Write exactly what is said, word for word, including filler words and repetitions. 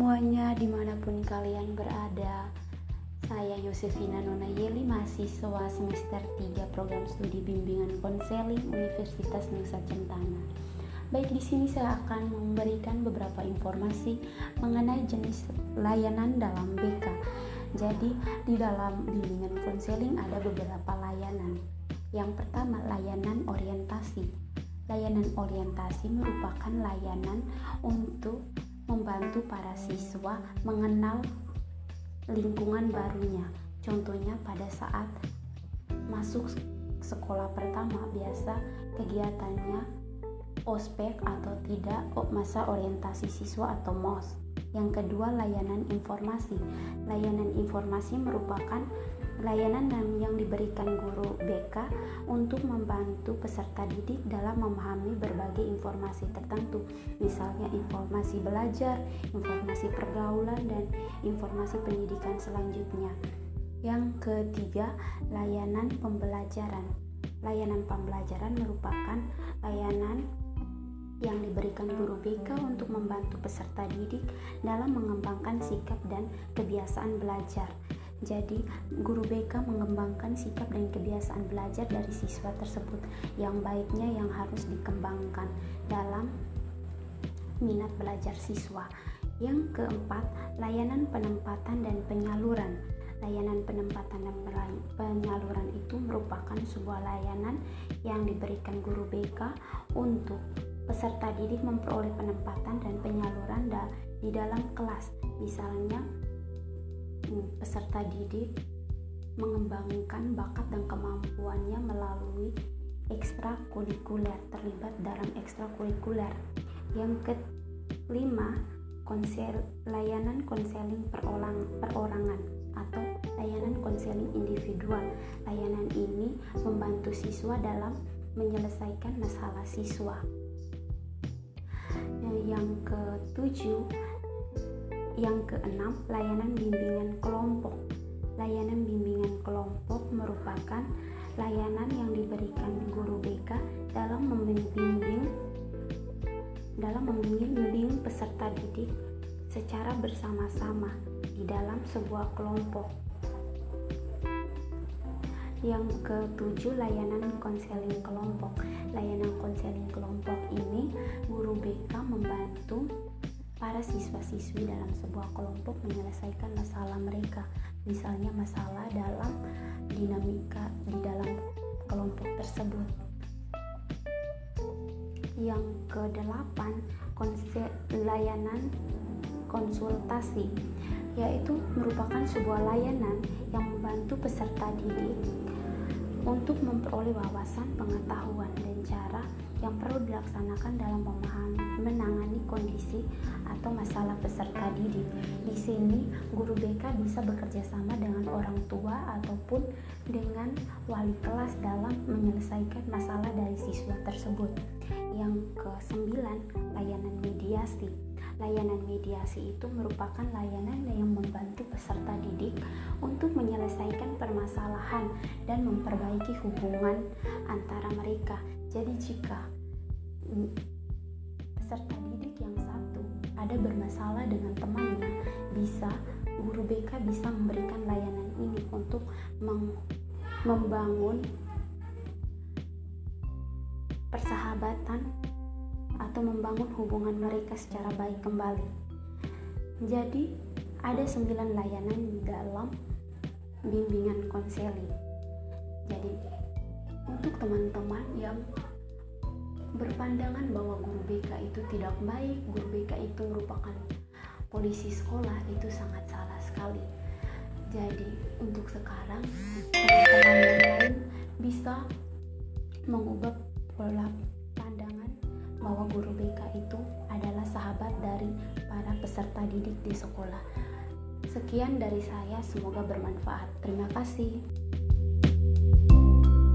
semuanya dimanapun kalian berada. Saya Yosefina Nonayeli, mahasiswa semester tiga program studi bimbingan konseling Universitas Nusa Centana. Baik, di sini saya akan memberikan beberapa informasi mengenai jenis layanan dalam B K. Jadi, di dalam bimbingan konseling ada beberapa layanan. Yang pertama, layanan orientasi. Layanan orientasi merupakan layanan untuk membantu para siswa mengenal lingkungan barunya. Contohnya pada saat masuk sekolah pertama, biasa kegiatannya ospek atau tidak, masa orientasi siswa atau M O S. Yang kedua, layanan informasi. Layanan informasi merupakan layanan yang diberikan guru B K untuk membantu peserta didik dalam memahami berbagai informasi tertentu, misalnya informasi belajar, informasi pergaulan, dan informasi pendidikan selanjutnya. Yang ketiga, layanan pembelajaran. Layanan pembelajaran merupakan layanan yang diberikan guru B K untuk membantu peserta didik dalam mengembangkan sikap dan kebiasaan belajar. Jadi, guru B K mengembangkan sikap dan kebiasaan belajar dari siswa tersebut, yang baiknya yang harus dikembangkan dalam minat belajar siswa. Yang keempat, layanan penempatan dan penyaluran. Layanan penempatan dan penyaluran itu merupakan sebuah layanan yang diberikan guru B K untuk peserta didik memperoleh penempatan dan penyaluran di dalam kelas. Misalnya, peserta didik mengembangkan bakat dan kemampuannya melalui ekstrakurikuler, terlibat dalam ekstrakurikuler. Yang kelima, konsel, layanan konseling perolang, perorangan atau layanan konseling individual. Layanan ini membantu siswa dalam menyelesaikan masalah siswa. Yang ketujuh, yang keenam, layanan bimbingan kelompok. Layanan bimbingan kelompok merupakan layanan yang diberikan guru B K dalam membimbing dalam membimbing peserta didik secara bersama-sama di dalam sebuah kelompok. Yang ketujuh, layanan konseling kelompok. Layanan konseling kelompok ini guru B K membantu para siswa-siswi dalam sebuah kelompok menyelesaikan masalah mereka, misalnya masalah dalam dinamika di dalam kelompok tersebut. Yang kedelapan, konsel, layanan konsultasi, yaitu merupakan sebuah layanan yang membantu peserta didik untuk memperoleh wawasan, pengetahuan, dan cara yang perlu dilaksanakan dalam memahami, menangani kondisi atau masalah peserta didik. Di sini, guru B K bisa bekerja sama dengan orang tua ataupun dengan wali kelas dalam menyelesaikan masalah dari siswa tersebut. Yang kesembilan, layanan mediasi. Layanan mediasi itu merupakan layanan yang membantu peserta didik untuk menyelesaikan permasalahan dan memperbaiki hubungan antara mereka. Jadi jika peserta didik yang satu ada bermasalah dengan temannya, bisa guru B K bisa memberikan layanan ini untuk mem- membangun persahabatan atau membangun hubungan mereka secara baik kembali. Jadi ada sembilan layanan di dalam bimbingan konseling. Jadi untuk teman-teman yang berpandangan bahwa guru B K itu tidak baik, guru B K itu merupakan polisi sekolah, itu sangat salah sekali. Jadi untuk sekarang teman-teman yang lain bisa mengubah pola pandangan bahwa guru B K itu adalah sahabat dari para peserta didik di sekolah. Sekian dari saya, semoga bermanfaat. Terima kasih.